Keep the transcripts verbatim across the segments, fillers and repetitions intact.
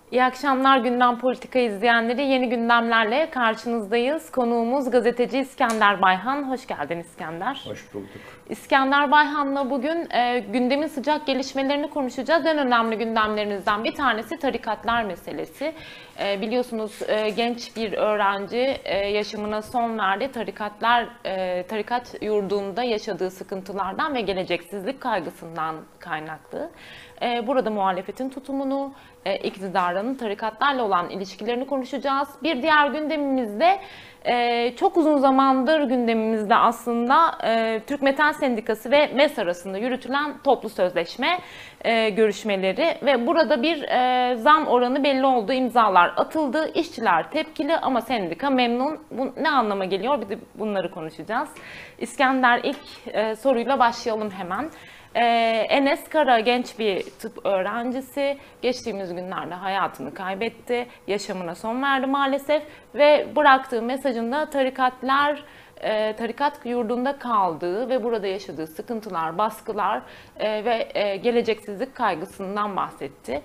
İyi akşamlar Gündem Politika izleyenleri. Yeni gündemlerle karşınızdayız. Konuğumuz gazeteci İskender Bayhan. Hoş geldin İskender. Hoş bulduk. İskender Bayhan'la bugün e, gündemin sıcak gelişmelerini konuşacağız. En önemli gündemlerimizden bir tanesi tarikatlar meselesi. E, biliyorsunuz e, genç bir öğrenci e, yaşamına son verdi. Tarikatlar, e, tarikat yurdunda yaşadığı sıkıntılardan ve geleceksizlik kaygısından kaynaklı. E, burada muhalefetin tutumunu, e, iktidarın tarikatlarla olan ilişkilerini konuşacağız. Bir diğer gündemimizde e, çok uzun zamandır gündemimizde aslında e, Türk Metal Sendikası ve MES arasında yürütülen toplu sözleşme e, görüşmeleri ve burada bir e, zam oranı belli oldu, imzalar atıldı, işçiler tepkili ama sendika memnun. Bu ne anlama geliyor? Bir de bunları konuşacağız. İskender, ilk e, soruyla başlayalım hemen. Ee, Enes Kara genç bir tıp öğrencisi, geçtiğimiz günlerde hayatını kaybetti, yaşamına son verdi maalesef ve bıraktığı mesajında tarikatlar, e, tarikat yurdunda kaldığı ve burada yaşadığı sıkıntılar, baskılar e, ve e, geleceksizlik kaygısından bahsetti.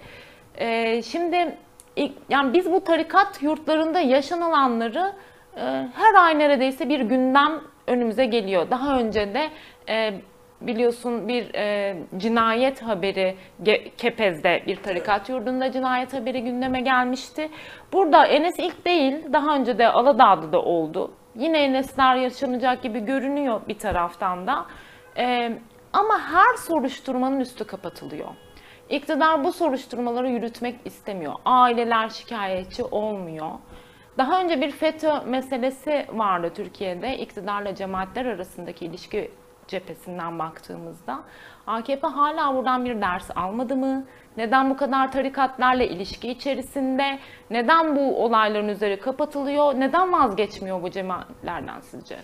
E, şimdi yani biz bu tarikat yurtlarında yaşanılanları e, her ay neredeyse bir gündem önümüze geliyor. Daha önce de e, biliyorsun bir e, cinayet haberi, Kepez'de bir tarikat yurdunda cinayet haberi gündeme gelmişti. Burada Enes ilk değil, daha önce de Aladağ'da da oldu. Yine Enesler yaşanacak gibi görünüyor bir taraftan da. E, ama her soruşturmanın üstü kapatılıyor. İktidar bu soruşturmaları yürütmek istemiyor. Aileler şikayetçi olmuyor. Daha önce bir FETÖ meselesi vardı Türkiye'de. İktidarla cemaatler arasındaki ilişki cephesinden baktığımızda A K P hala buradan bir ders almadı mı? Neden bu kadar tarikatlarla ilişki içerisinde? Neden bu olayların üzeri kapatılıyor? Neden vazgeçmiyor bu cemaatlerden sizce?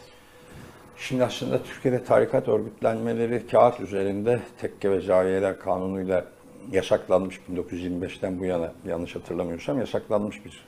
Şimdi aslında Türkiye'de tarikat örgütlenmeleri kağıt üzerinde Tekke ve Zaviyeler Kanunu'yla yasaklanmış, bin dokuz yüz yirmi beşten bu yana yanlış hatırlamıyorsam yasaklanmış bir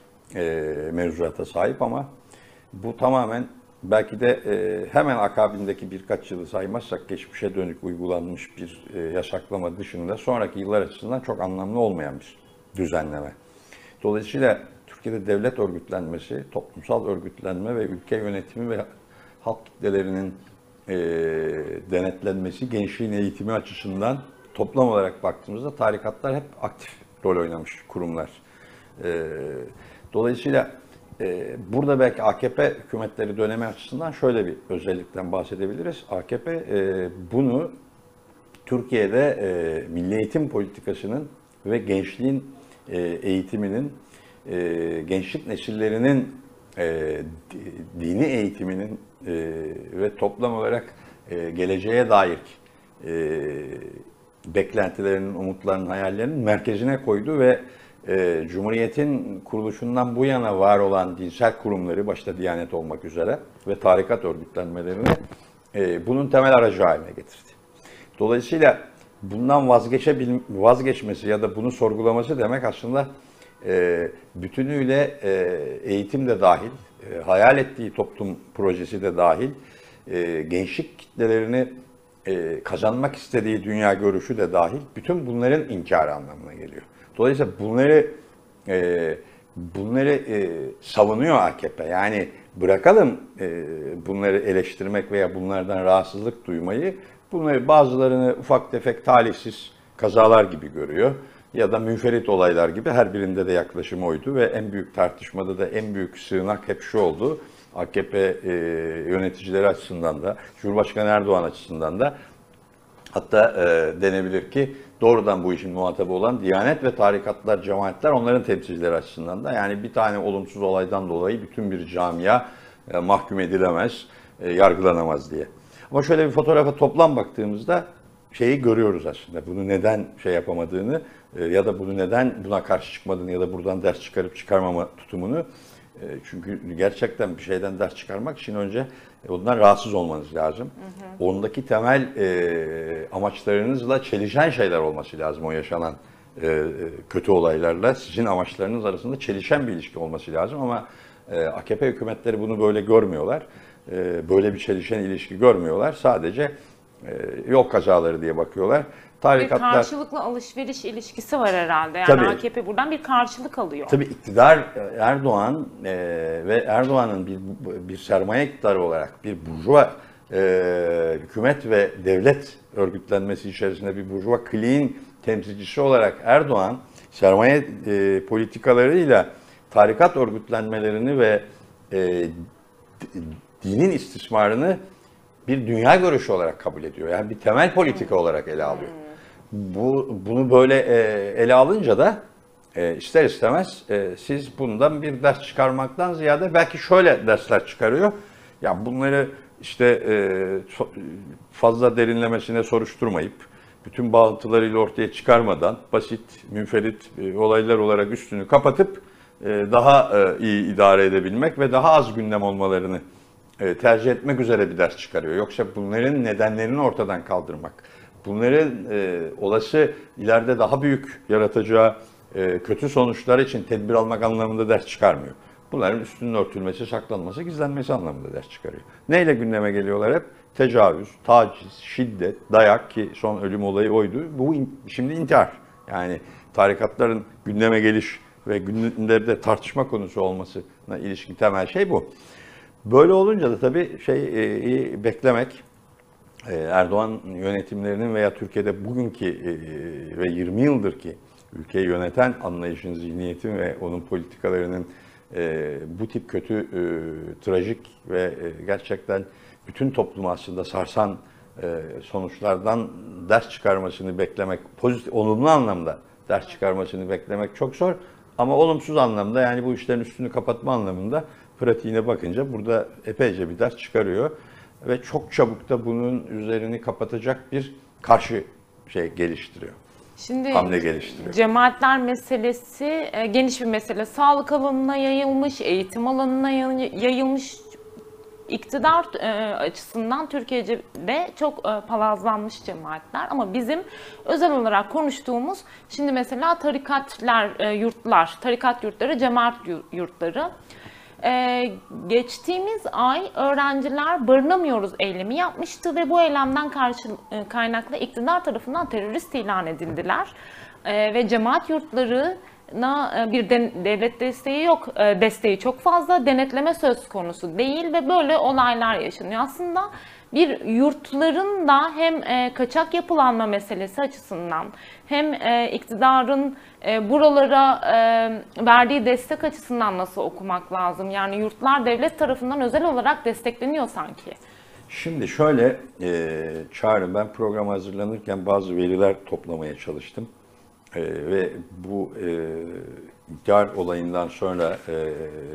e, mevzuata sahip ama bu tamamen belki de e, hemen akabindeki birkaç yılı saymazsak geçmişe dönük uygulanmış bir e, yasaklama dışında sonraki yıllar açısından çok anlamlı olmayan bir düzenleme. Dolayısıyla Türkiye'de devlet örgütlenmesi, toplumsal örgütlenme ve ülke yönetimi ve halk kitlelerinin e, denetlenmesi, gençliğin eğitimi açısından toplam olarak baktığımızda tarikatlar hep aktif rol oynamış kurumlar. E, dolayısıyla burada belki A K P hükümetleri dönemi açısından şöyle bir özellikten bahsedebiliriz. A K P bunu Türkiye'de milli eğitim politikasının ve gençliğin eğitiminin, gençlik nesillerinin dini eğitiminin ve toplam olarak geleceğe dair beklentilerinin, umutlarının, hayallerinin merkezine koydu ve E, Cumhuriyet'in kuruluşundan bu yana var olan dinsel kurumları, başta Diyanet olmak üzere ve tarikat örgütlenmelerini e, bunun temel aracı haline getirdi. Dolayısıyla bundan vazgeçebil vazgeçmesi ya da bunu sorgulaması demek aslında e, bütünüyle e, eğitim de dahil, e, hayal ettiği toplum projesi de dahil, e, gençlik kitlelerini e, kazanmak istediği dünya görüşü de dahil, bütün bunların inkarı anlamına geliyor. Dolayısıyla bunları e, bunları e, savunuyor A K P. Yani bırakalım e, bunları eleştirmek veya bunlardan rahatsızlık duymayı. Bunları bazılarını ufak tefek talihsiz kazalar gibi görüyor. Ya da münferit olaylar gibi, her birinde de yaklaşım oydu ve en büyük tartışmada da en büyük sığınak hep şu oldu. A K P e, yöneticileri açısından da, Cumhurbaşkanı Erdoğan açısından da, hatta e, denebilir ki doğrudan bu işin muhatabı olan Diyanet ve tarikatlar, cemaatler, onların temsilcileri açısından da, yani bir tane olumsuz olaydan dolayı bütün bir camia e, mahkum edilemez, e, yargılanamaz diye. Ama şöyle bir fotoğrafa toplam baktığımızda şeyi görüyoruz aslında. Bunu neden şey yapamadığını e, ya da bunu neden buna karşı çıkmadığını ya da buradan ders çıkarıp çıkarmama tutumunu. E, çünkü gerçekten bir şeyden ders çıkarmak için önce ondan rahatsız olmanız lazım. Hı hı. Ondaki temel e, amaçlarınızla çelişen şeyler olması lazım. O yaşanan e, kötü olaylarla sizin amaçlarınız arasında çelişen bir ilişki olması lazım. Ama e, A K P hükümetleri bunu böyle görmüyorlar. E, böyle bir çelişen ilişki görmüyorlar. Sadece e, yol kazaları diye bakıyorlar. Tarikatlar... Bir karşılıklı alışveriş ilişkisi var herhalde. Yani Tabii. A K P buradan bir karşılık alıyor. Tabii iktidar Erdoğan e, ve Erdoğan'ın bir, bir sermaye iktidarı olarak bir burjuva e, hükümet ve devlet örgütlenmesi içerisinde bir burjuva kliğin temsilcisi olarak Erdoğan sermaye e, politikalarıyla tarikat örgütlenmelerini ve e, dinin istismarını bir dünya görüşü olarak kabul ediyor. Yani bir temel politika olarak ele alıyor. Bu bunu böyle e, ele alınca da e, ister istemez e, siz bundan bir ders çıkarmaktan ziyade belki şöyle dersler çıkarıyor. Ya bunları işte e, so, fazla derinlemesine soruşturmayıp bütün bağıntılarıyla ortaya çıkarmadan basit, münferit e, olaylar olarak üstünü kapatıp e, daha e, iyi idare edebilmek ve daha az gündem olmalarını e, tercih etmek üzere bir ders çıkarıyor. Yoksa bunların nedenlerini ortadan kaldırmak, bunların e, olası ileride daha büyük yaratacağı e, kötü sonuçlar için tedbir almak anlamında ders çıkarmıyor. Bunların üstünün örtülmesi, saklanması, gizlenmesi anlamında ders çıkarıyor. Neyle gündeme geliyorlar hep? Tecavüz, taciz, şiddet, dayak ki son ölüm olayı oydu. Bu in, şimdi intihar. Yani tarikatların gündeme geliş ve gündemde tartışma konusu olmasına ilişkin temel şey bu. Böyle olunca da tabii şeyi e, beklemek, e, Erdoğan yönetimlerinin veya Türkiye'de bugünkü e, ve yirmi yıldır ki ülkeyi yöneten anlayışın, zihniyetin ve onun politikalarının e, bu tip kötü, e, trajik ve e, gerçekten bütün toplumu aslında sarsan e, sonuçlardan ders çıkarmasını beklemek, pozitif, olumlu anlamda ders çıkarmasını beklemek çok zor. Ama olumsuz anlamda, yani bu işlerin üstünü kapatma anlamında pratiğine bakınca burada epeyce bir ders çıkarıyor. Ve çok çabuk da bunun üzerini kapatacak bir karşı şey geliştiriyor. Şimdi hamle geliştiriyor. Cemaatler meselesi e, geniş bir mesele. Sağlık alanına yayılmış, eğitim alanına yayılmış. İktidar e, açısından Türkiye'de çok e, palazlanmış cemaatler, ama bizim özel olarak konuştuğumuz şimdi mesela tarikatlar, e, yurtlar, tarikat yurtları, cemaat yurtları. Ee, geçtiğimiz ay öğrenciler barınamıyoruz eylemi yapmıştı ve bu eylemden karşı, e, kaynaklı iktidar tarafından terörist ilan edildiler. Ee, ve cemaat yurtlarına e, bir de, devlet desteği yok, e, desteği çok fazla, denetleme söz konusu değil ve böyle olaylar yaşanıyor. Aslında bir yurtların da hem e, kaçak yapılanma meselesi açısından hem e, iktidarın e, buralara e, verdiği destek açısından nasıl okumak lazım? Yani yurtlar devlet tarafından özel olarak destekleniyor sanki. Şimdi şöyle e, Çağrı, ben program hazırlanırken bazı veriler toplamaya çalıştım. E, ve bu e, intihar olayından sonra e,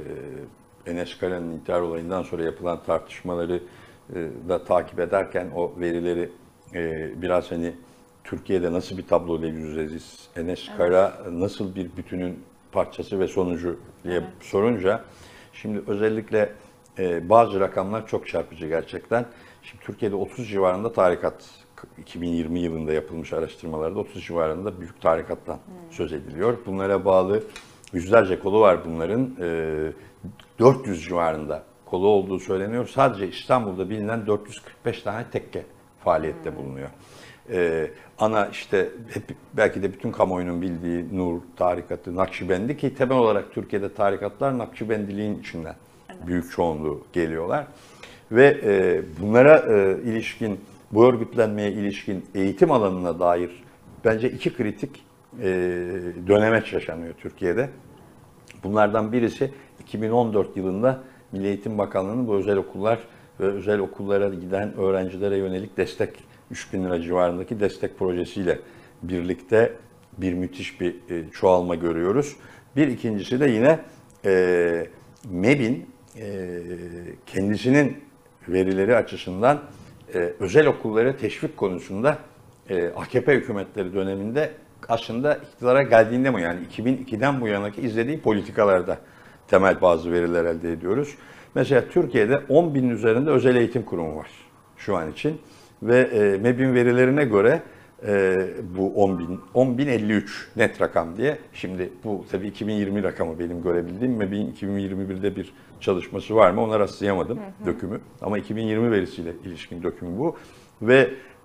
Enes Kara'nın intihar olayından sonra yapılan tartışmaları da takip ederken o verileri e, biraz hani Türkiye'de nasıl bir tabloyla yüz yüzeyiz, Enes evet. Kara nasıl bir bütünün parçası ve sonucu diye evet. sorunca, şimdi özellikle e, bazı rakamlar çok çarpıcı gerçekten. Şimdi Türkiye'de otuz civarında tarikat, iki bin yirmi yılında yapılmış araştırmalarda otuz civarında büyük tarikattan hmm. söz ediliyor. Bunlara bağlı yüzlerce kolu var bunların, e, dört yüz civarında kolu olduğu söyleniyor. Sadece İstanbul'da bilinen dört yüz kırk beş tane tekke faaliyette hmm. bulunuyor. Ee, ana işte hep, belki de bütün kamuoyunun bildiği Nur tarikatı, Nakşibendi ki temel olarak Türkiye'de tarikatlar Nakşibendiliğin içinden evet. büyük çoğunluğu geliyorlar. Ve e, bunlara e, ilişkin, bu örgütlenmeye ilişkin eğitim alanına dair bence iki kritik e, dönemeç yaşanıyor Türkiye'de. Bunlardan birisi iki bin on dört yılında Milli Eğitim Bakanlığı'nın bu özel okullar ve özel okullara giden öğrencilere yönelik destek, üç bin lira civarındaki destek projesiyle birlikte bir müthiş bir çoğalma görüyoruz. Bir ikincisi de yine e, MEB'in e, kendisinin verileri açısından e, özel okullara teşvik konusunda e, A K P hükümetleri döneminde aslında iktidara geldiğinde mi, yani iki bin ikiden bu yanaki izlediği politikalarda temel bazı veriler elde ediyoruz. Mesela Türkiye'de on binin üzerinde özel eğitim kurumu var şu an için ve e, MEB'in verilerine göre e, bu on bin, on bin elli üç net rakam diye. Şimdi bu tabii iki bin yirmi rakamı benim görebildiğim. MEB'in iki bin yirmi birde bir çalışması var mı ona rastlayamadım, hı hı. dökümü. Ama iki bin yirmi verisiyle ilişkin dökümü bu. Ve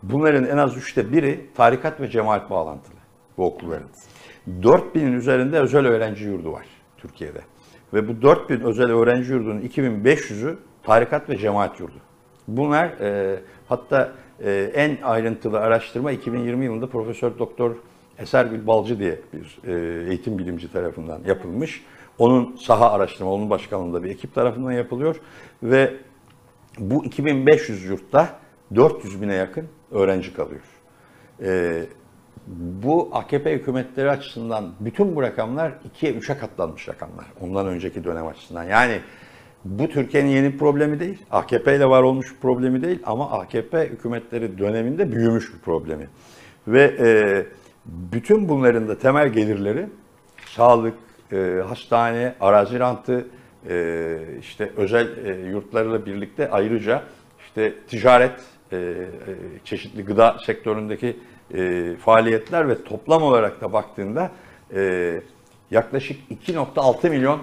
Bunların en az üçte biri tarikat ve cemaat bağlantılı bu okulların. dört binin üzerinde özel öğrenci yurdu var Türkiye'de. Ve bu dört bin özel öğrenci yurdunun iki bin beş yüzü tarikat ve cemaat yurdu. Bunlar e, hatta e, en ayrıntılı araştırma iki bin yirmi yılında Profesör Doktor Esergül Balcı diye bir e, eğitim bilimci tarafından yapılmış. Onun saha araştırma, onun başkanlığında bir ekip tarafından yapılıyor. Ve bu iki bin beş yüz yurtta dört yüz bine yakın öğrenci kalıyor. E, bu A K P hükümetleri açısından bütün bu rakamlar ikiye üçe katlanmış rakamlar. Ondan önceki dönem açısından. Yani bu Türkiye'nin yeni bir problemi değil. A K P ile var olmuş bir problemi değil. Ama A K P hükümetleri döneminde büyümüş bir problemi. Ve e, bütün bunların da temel gelirleri sağlık, e, hastane, arazi rantı, e, işte özel e, yurtlarla birlikte ayrıca işte ticaret, e, e, çeşitli gıda sektöründeki e, faaliyetler ve toplam olarak da baktığında e, yaklaşık iki nokta altı milyon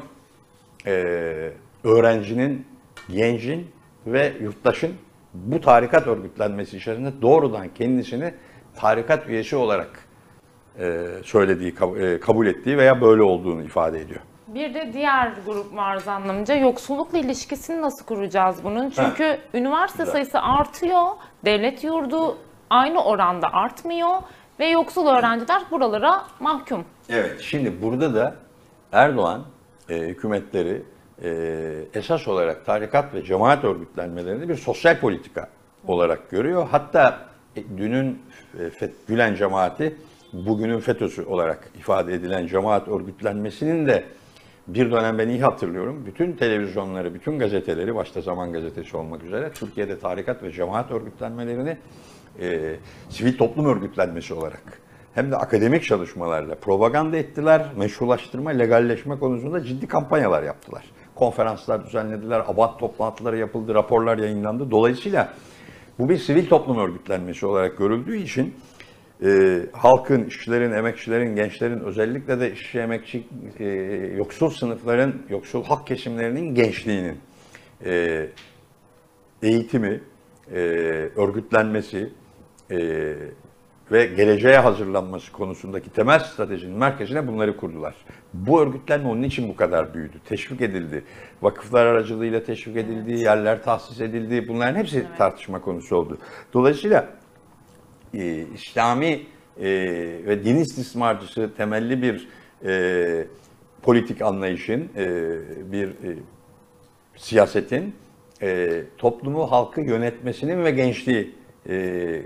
e, öğrencinin, gencin ve yurttaşın bu tarikat örgütlenmesi içerisinde doğrudan kendisini tarikat üyesi olarak e, söylediği, e, kabul ettiği veya böyle olduğunu ifade ediyor. Bir de diğer grup var zannımca. Yoksullukla ilişkisini nasıl kuracağız bunun? Çünkü Heh. üniversite Güzel. sayısı artıyor, devlet yurdu aynı oranda artmıyor ve yoksul öğrenciler buralara mahkum. Evet, şimdi burada da Erdoğan e, hükümetleri e, esas olarak tarikat ve cemaat örgütlenmelerini bir sosyal politika olarak görüyor. Hatta e, dünün e, Gülen cemaati, bugünün FETÖ'sü olarak ifade edilen cemaat örgütlenmesinin de bir dönem ben iyi hatırlıyorum. Bütün televizyonları, bütün gazeteleri, başta Zaman Gazetesi olmak üzere Türkiye'de tarikat ve cemaat örgütlenmelerini e, sivil toplum örgütlenmesi olarak hem de akademik çalışmalarla propaganda ettiler, meşrulaştırma, legalleşme konusunda ciddi kampanyalar yaptılar. Konferanslar düzenlediler, abat toplantıları yapıldı, raporlar yayınlandı. Dolayısıyla bu bir sivil toplum örgütlenmesi olarak görüldüğü için e, halkın, işçilerin, emekçilerin, gençlerin, özellikle de işçi, emekçi, e, yoksul sınıfların, yoksul halk kesimlerinin gençliğinin e, eğitimi, e, örgütlenmesi e, ve geleceğe hazırlanması konusundaki temel stratejinin merkezine bunları kurdular. Bu örgütlenme onun için bu kadar büyüdü, teşvik edildi. Vakıflar aracılığıyla teşvik edildi, evet. yerler tahsis edildi. Bunların hepsi evet. tartışma konusu oldu. Dolayısıyla e, İslami e, ve din istismarcısı temelli bir e, politik anlayışın, e, bir e, siyasetin e, toplumu, halkı yönetmesinin ve gençliği e,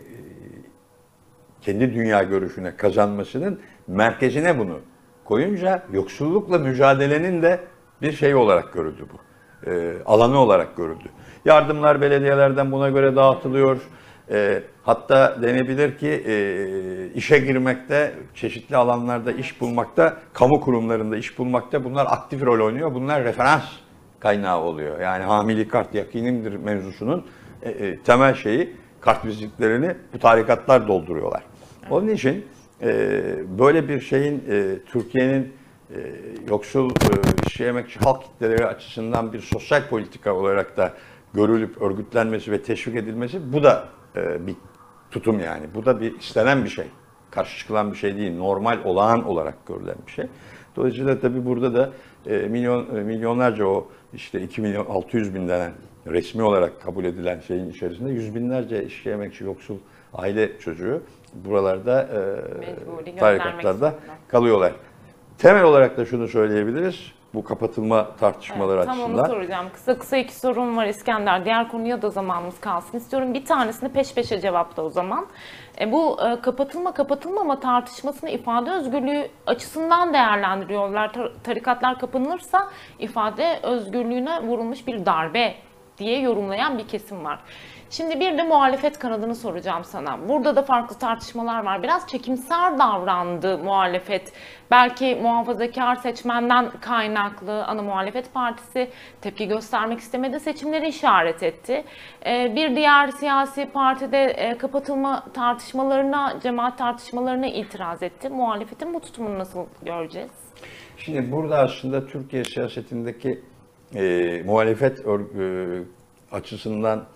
kendi dünya görüşüne kazanmasının merkezine bunu koyunca yoksullukla mücadelenin de bir şey olarak görüldü bu. E, alanı olarak görüldü. Yardımlar belediyelerden buna göre dağıtılıyor. E, hatta denebilir ki e, işe girmekte, çeşitli alanlarda iş bulmakta, kamu kurumlarında iş bulmakta bunlar aktif rol oynuyor. Bunlar referans kaynağı oluyor. Yani hamili kart yakinimdir mevzusunun e, e, temel şeyi, kart vizitlerini bu tarikatlar dolduruyorlar. Onun için e, böyle bir şeyin e, Türkiye'nin e, yoksul, e, işçi, emekçi halk kitleleri açısından bir sosyal politika olarak da görülüp örgütlenmesi ve teşvik edilmesi bu da e, bir tutum yani. Bu da bir istenen bir şey. Karşı çıkılan bir şey değil. Normal, olağan olarak görülen bir şey. Dolayısıyla tabii burada da e, milyon e, milyonlarca o işte iki milyon altı yüz bin denen resmi olarak kabul edilen şeyin içerisinde yüz binlerce işçi, emekçi, yoksul aile çocuğu buralarda e, tarikatlarda kalıyorlar. Temel olarak da şunu söyleyebiliriz. Bu kapatılma tartışmaları evet, açısından. Tam onu soracağım. Kısa kısa iki sorum var İskender. Diğer konuya da zamanımız kalsın istiyorum. Bir tanesini peş peşe cevapla o zaman. E, bu e, kapatılma kapatılmama tartışmasını ifade özgürlüğü açısından değerlendiriyorlar. Tar- tarikatlar kapanırsa ifade özgürlüğüne vurulmuş bir darbe diye yorumlayan bir kesim var. Şimdi bir de muhalefet kanadını soracağım sana. Burada da farklı tartışmalar var. Biraz çekimser davrandı muhalefet. Belki muhafazakar seçmenden kaynaklı ana muhalefet partisi tepki göstermek istemedi, seçimleri işaret etti. Bir diğer siyasi partide kapatılma tartışmalarına, cemaat tartışmalarına itiraz etti. Muhalefetin bu tutumunu nasıl göreceğiz? Şimdi burada aslında Türkiye siyasetindeki e, muhalefet örgü, açısından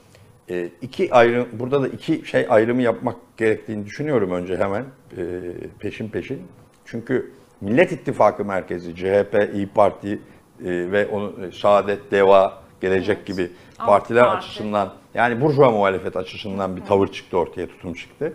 E, iki ayrı, burada da iki şey ayrımı yapmak gerektiğini düşünüyorum önce hemen e, peşin peşin. Çünkü Millet İttifakı merkezi, C H P, İYİ Parti e, ve onu, Saadet, Deva, Gelecek Evet. gibi Alt partiler parti. açısından, yani burjuva muhalefet açısından bir tavır çıktı ortaya, tutum çıktı.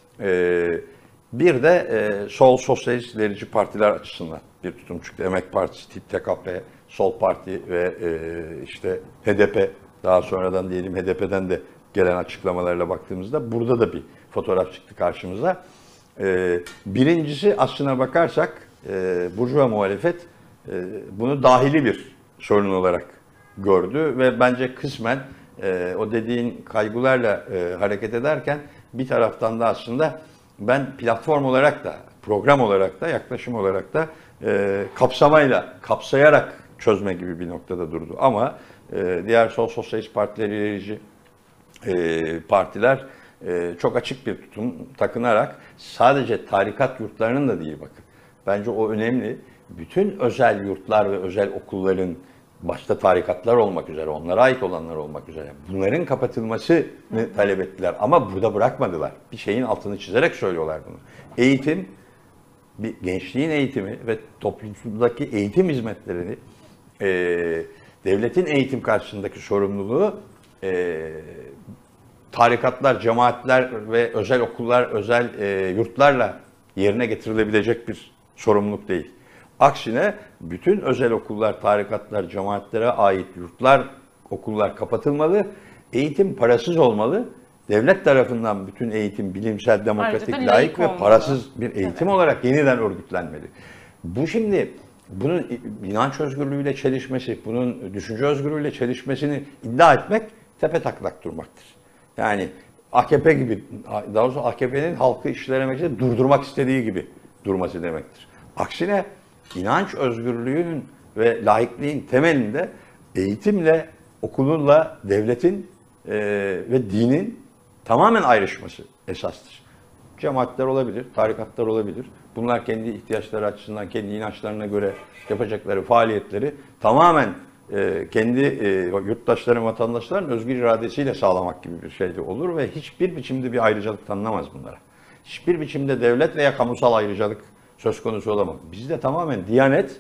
E, bir de e, sol sosyalist ilerici partiler açısından bir tutum çıktı. Emek Partisi, T K P, Sol Parti ve e, işte H D P, daha sonradan diyelim H D P'den de gelen açıklamalarla baktığımızda burada da bir fotoğraf çıktı karşımıza. E, birincisi aslına bakarsak e, burjuva muhalefet e, bunu dahili bir sorun olarak gördü ve bence kısmen e, o dediğin kaygılarla e, hareket ederken bir taraftan da aslında ben platform olarak da, program olarak da, yaklaşım olarak da e, kapsamayla, kapsayarak çözme gibi bir noktada durdu. Ama e, diğer sol sosyalist partiler, ilerici e, partiler e, çok açık bir tutum takınarak sadece tarikat yurtlarının da değil bakın. Bence o önemli. Bütün özel yurtlar ve özel okulların başta tarikatlar olmak üzere, onlara ait olanlar olmak üzere bunların kapatılmasını talep ettiler. Ama burada bırakmadılar. Bir şeyin altını çizerek söylüyorlar bunu. Eğitim, bir gençliğin eğitimi ve toplumdaki eğitim hizmetlerini, e, devletin eğitim karşısındaki sorumluluğu e, tarikatlar, cemaatler ve özel okullar, özel e, yurtlarla yerine getirilebilecek bir sorumluluk değil. Aksine bütün özel okullar, tarikatlar, cemaatlere ait yurtlar, okullar kapatılmalı. Eğitim parasız olmalı. Devlet tarafından bütün eğitim bilimsel, demokratik, Ayrıca da layık ve olmalı. parasız bir eğitim Evet. olarak yeniden örgütlenmeli. Bu şimdi bunun inanç özgürlüğüyle çelişmesi, bunun düşünce özgürlüğüyle çelişmesini iddia etmek tepe taklak durmaktır. Yani A K P gibi, daha doğrusu A K P'nin halkı işlemekte durdurmak istediği gibi durması demektir. Aksine inanç özgürlüğünün ve laikliğin temelinde eğitimle, okulunla, devletin e, ve dinin tamamen ayrışması esastır. Cemaatler olabilir, tarikatlar olabilir. Bunlar kendi ihtiyaçları açısından, kendi inançlarına göre yapacakları faaliyetleri tamamen e, kendi e, yurttaşların, vatandaşların özgür iradesiyle sağlamak gibi bir şey de olur ve hiçbir biçimde bir ayrıcalık tanınamaz bunlara. Hiçbir biçimde devlet veya kamusal ayrıcalık söz konusu olamaz. Bizde tamamen Diyanet,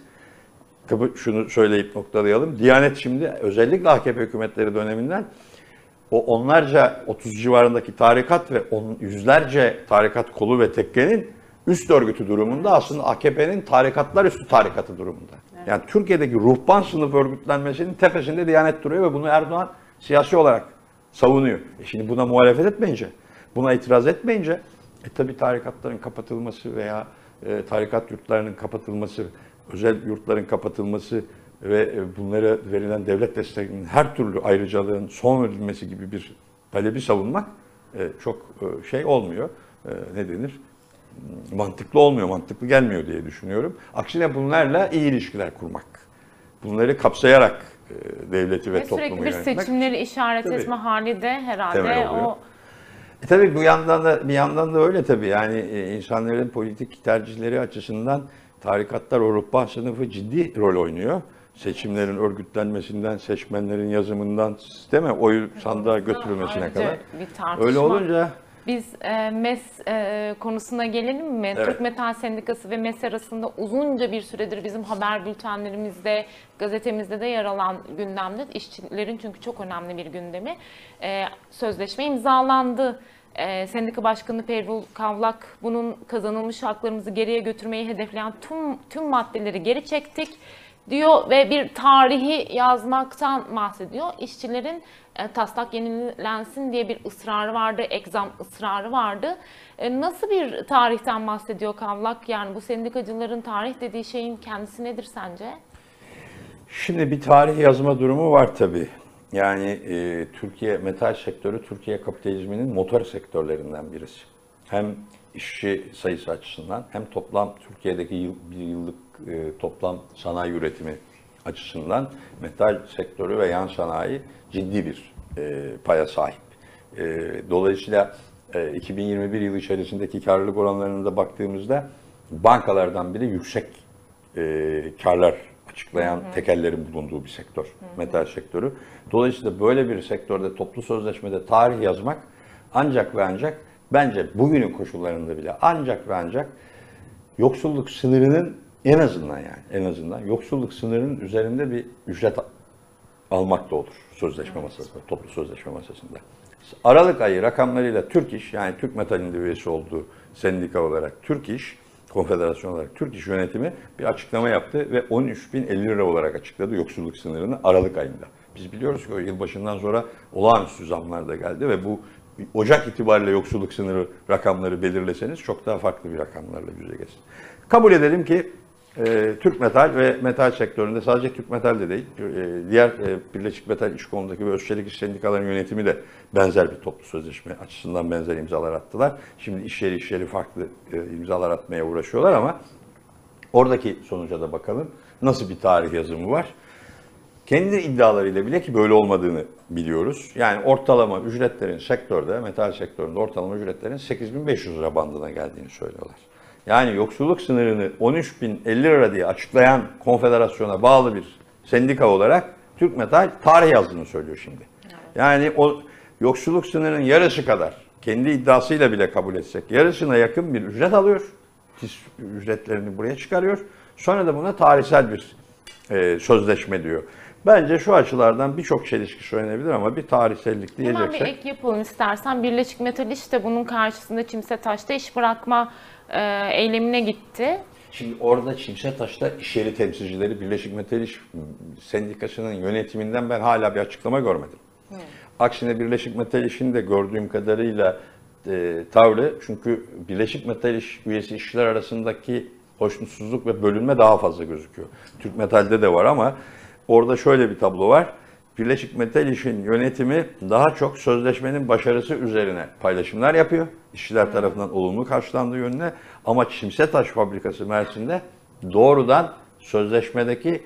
şunu söyleyip noktalayalım. Diyanet şimdi özellikle A K P hükümetleri döneminden o onlarca otuz civarındaki tarikat ve on, yüzlerce tarikat kolu ve tekkenin üst örgütü durumunda aslında A K P'nin tarikatlar üstü tarikatı durumunda. Evet. Yani Türkiye'deki ruhban sınıf örgütlenmesinin tepesinde Diyanet duruyor ve bunu Erdoğan siyasi olarak savunuyor. E şimdi buna muhalefet etmeyince, buna itiraz etmeyince e tabii tarikatların kapatılması veya e, tarikat yurtlarının kapatılması, özel yurtların kapatılması ve bunlara verilen devlet desteklerinin her türlü ayrıcalığın son verilmesi gibi bir talebi savunmak çok şey olmuyor. Ne denir? Mantıklı olmuyor, mantıklı gelmiyor diye düşünüyorum. Aksine bunlarla iyi ilişkiler kurmak. Bunları kapsayarak devleti ve, ve toplumu yönetmek. Sürekli bir seçimleri işaret tabii, etme hali de herhalde o... E tabii bu yandan da bir yandan da öyle tabii. Yani insanların politik tercihleri açısından tarikatlar, o ruhban sınıfı ciddi rol oynuyor. Seçimlerin örgütlenmesinden, seçmenlerin yazımından sisteme, oyu sandığa götürülmesine Ayrıca kadar. Bir tartışma. Öyle olunca... Biz e, M E S e, konusuna gelelim mi? Evet. Türk Metal Sendikası ve M E S arasında uzunca bir süredir bizim haber bültenlerimizde, gazetemizde de yer alan gündemde. İşçilerin çünkü çok önemli bir gündemi. E, sözleşme imzalandı. E, Sendika Başkanı Pervul Kavlak bunun kazanılmış haklarımızı geriye götürmeyi hedefleyen tüm, tüm maddeleri geri çektik diyor ve bir tarihi yazmaktan bahsediyor. İşçilerin e, taslak yenilensin diye bir ısrarı vardı, egzam ısrarı vardı. E, nasıl bir tarihten bahsediyor Kavlak? Yani bu sendikacıların tarih dediği şeyin kendisi nedir sence? Şimdi bir tarih yazma durumu var tabii. Yani e, Türkiye metal sektörü Türkiye kapitalizminin motor sektörlerinden birisi. Hem işçi sayısı açısından hem toplam Türkiye'deki yıl, bir yıllık e, toplam sanayi üretimi açısından metal sektörü ve yan sanayi ciddi bir e, paya sahip. E, dolayısıyla e, iki bin yirmi bir yılı içerisindeki karlılık oranlarına da baktığımızda bankalardan bile yüksek e, karlar açıklayan hı hı. tekellerin bulunduğu bir sektör, hı hı. metal sektörü. Dolayısıyla böyle bir sektörde toplu sözleşmede tarih yazmak ancak ve ancak bence bugünün koşullarında bile ancak ve ancak yoksulluk sınırının en azından yani en azından yoksulluk sınırının üzerinde bir ücret almak da olur sözleşme evet. masasında, toplu sözleşme masasında. Aralık ayı rakamlarıyla Türk İş, yani Türk Metal'in de üyesi olduğu sendika olarak Türk İş, konfederasyon olarak Türk İş yönetimi bir açıklama yaptı ve on üç bin elli lira olarak açıkladı yoksulluk sınırını Aralık ayında. Biz biliyoruz ki o yılbaşından sonra olağanüstü zamlar da geldi ve bu Ocak itibariyle yoksulluk sınırı rakamları belirleseniz çok daha farklı bir rakamlarla yüze geçsin. Kabul edelim ki e, Türk Metal ve metal sektöründe sadece Türk Metal de değil, e, diğer e, Birleşik Metal İş Kolu'ndaki ve Özçelik İş Sendikaların yönetimi de benzer bir toplu sözleşme açısından benzer imzalar attılar. Şimdi iş yeri iş yeri farklı e, imzalar atmaya uğraşıyorlar ama oradaki sonuca da bakalım. Nasıl bir tarih yazımı var? Kendi iddialarıyla bile ki böyle olmadığını biliyoruz. Yani ortalama ücretlerin sektörde, metal sektöründe ortalama ücretlerin sekiz bin beş yüz lira bandına geldiğini söylüyorlar. Yani yoksulluk sınırını on üç bin elli lira diye açıklayan konfederasyona bağlı bir sendika olarak Türk Metal tarih yazdığını söylüyor şimdi. Yani o yoksulluk sınırının yarısı kadar kendi iddiasıyla bile kabul etsek yarısına yakın bir ücret alıyor. T İ S ücretlerini buraya çıkarıyor. Sonra da buna tarihsel bir e, sözleşme diyor. Bence şu açılardan birçok çelişki söylenebilir ama bir tarihsellik diyeceksek... Hemen bir ek yapalım istersen. Birleşik Metal İş de bunun karşısında Çimsetaş'ta iş bırakma e, eylemine gitti. Şimdi orada Çimsetaş'ta iş yeri temsilcileri Birleşik Metal İş Sendikası'nın yönetiminden ben hala bir açıklama görmedim. Hmm. Aksine Birleşik Metal İş'in de gördüğüm kadarıyla e, tavrı, çünkü Birleşik Metal İş üyesi işçiler arasındaki hoşnutsuzluk ve bölünme daha fazla gözüküyor. Türk Metal'de de var ama orada şöyle bir tablo var. Birleşik Metal İş'in yönetimi daha çok sözleşmenin başarısı üzerine paylaşımlar yapıyor. İşçiler tarafından olumlu karşılandığı yönüne. Ama Çimsetaş Fabrikası Mersin'de doğrudan sözleşmedeki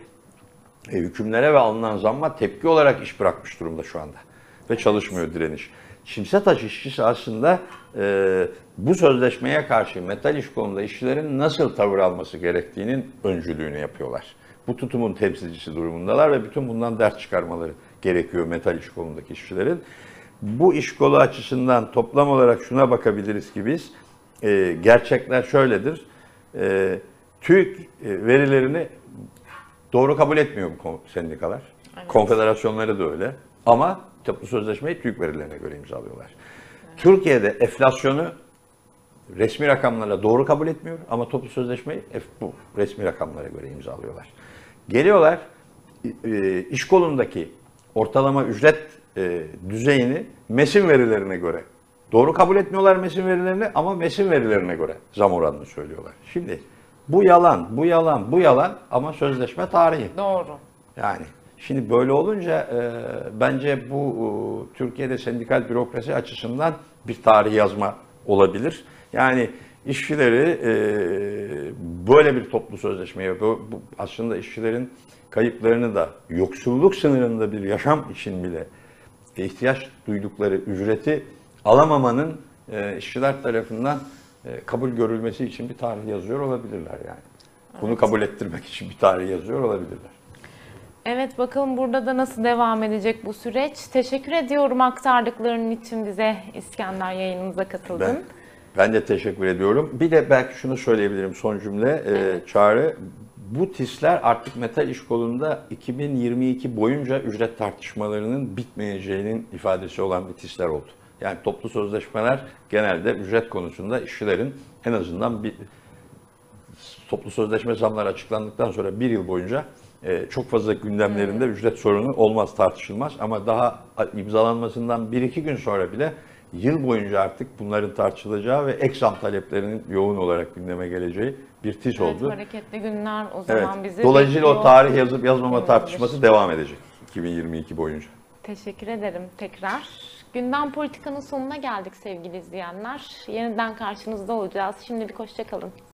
e, hükümlere ve alınan zamma tepki olarak iş bırakmış durumda şu anda. Ve çalışmıyor direniş. Çimsetaş işçisi aslında e, bu sözleşmeye karşı metal iş kolunda işçilerin nasıl tavır alması gerektiğinin öncülüğünü yapıyorlar. Bu tutumun temsilcisi durumundalar ve bütün bundan ders çıkarmaları gerekiyor metal iş kolundaki işçilerin. Bu iş kolu açısından toplam olarak şuna bakabiliriz ki biz, e, gerçekler şöyledir. E, TÜİK verilerini doğru kabul etmiyor bu sendikalar. Evet. Konfederasyonları da öyle. Ama toplu sözleşmeyi TÜİK verilerine göre imzalıyorlar. Evet. Türkiye'de enflasyonu resmi rakamlarla doğru kabul etmiyor ama toplu sözleşmeyi bu resmi rakamlara göre imzalıyorlar. Geliyorlar iş kolundaki ortalama ücret düzeyini MES'in verilerine göre doğru kabul etmiyorlar, MES'in verilerini, ama MES'in verilerine göre zam oranını söylüyorlar. Şimdi bu yalan, bu yalan, bu yalan ama sözleşme tarihi. Doğru. Yani şimdi böyle olunca e, bence bu e, Türkiye'de sendikal bürokrasi açısından bir tarih yazma olabilir. Yani işçileri e, böyle bir toplu sözleşmeye, bu, bu aslında işçilerin kayıplarını da yoksulluk sınırında bir yaşam için bile ihtiyaç duydukları ücreti alamamanın e, işçiler tarafından e, kabul görülmesi için bir tarih yazıyor olabilirler yani. Bunu evet. kabul ettirmek için bir tarih yazıyor olabilirler. Evet, bakalım burada da nasıl devam edecek bu süreç. Teşekkür ediyorum aktardıkların için bize İskender, yayınımıza katıldın. Ben, ben de teşekkür ediyorum. Bir de belki şunu söyleyebilirim son cümle, evet. e, Çağrı. Bu T İ S'ler artık metal iş kolunda iki bin yirmi iki boyunca ücret tartışmalarının bitmeyeceğinin ifadesi olan bir T İ S'ler oldu. Yani toplu sözleşmeler genelde ücret konusunda işçilerin en azından bir toplu sözleşme zamları açıklandıktan sonra bir yıl boyunca e, çok fazla gündemlerinde ücret sorunu olmaz, tartışılmaz. Ama daha imzalanmasından bir iki gün sonra bile yıl boyunca artık bunların tartışılacağı ve ek zam taleplerinin yoğun olarak gündeme geleceği bir T İ S evet, oldu. Hareketli günler o zaman evet. bizi Dolayısıyla bekliyor. O tarih yazıp yazmama tartışması devam edecek iki bin yirmi iki boyunca. Teşekkür ederim tekrar. Gündem Politika'nın sonuna geldik sevgili izleyenler. Yeniden karşınızda olacağız. Şimdilik hoşça kalın.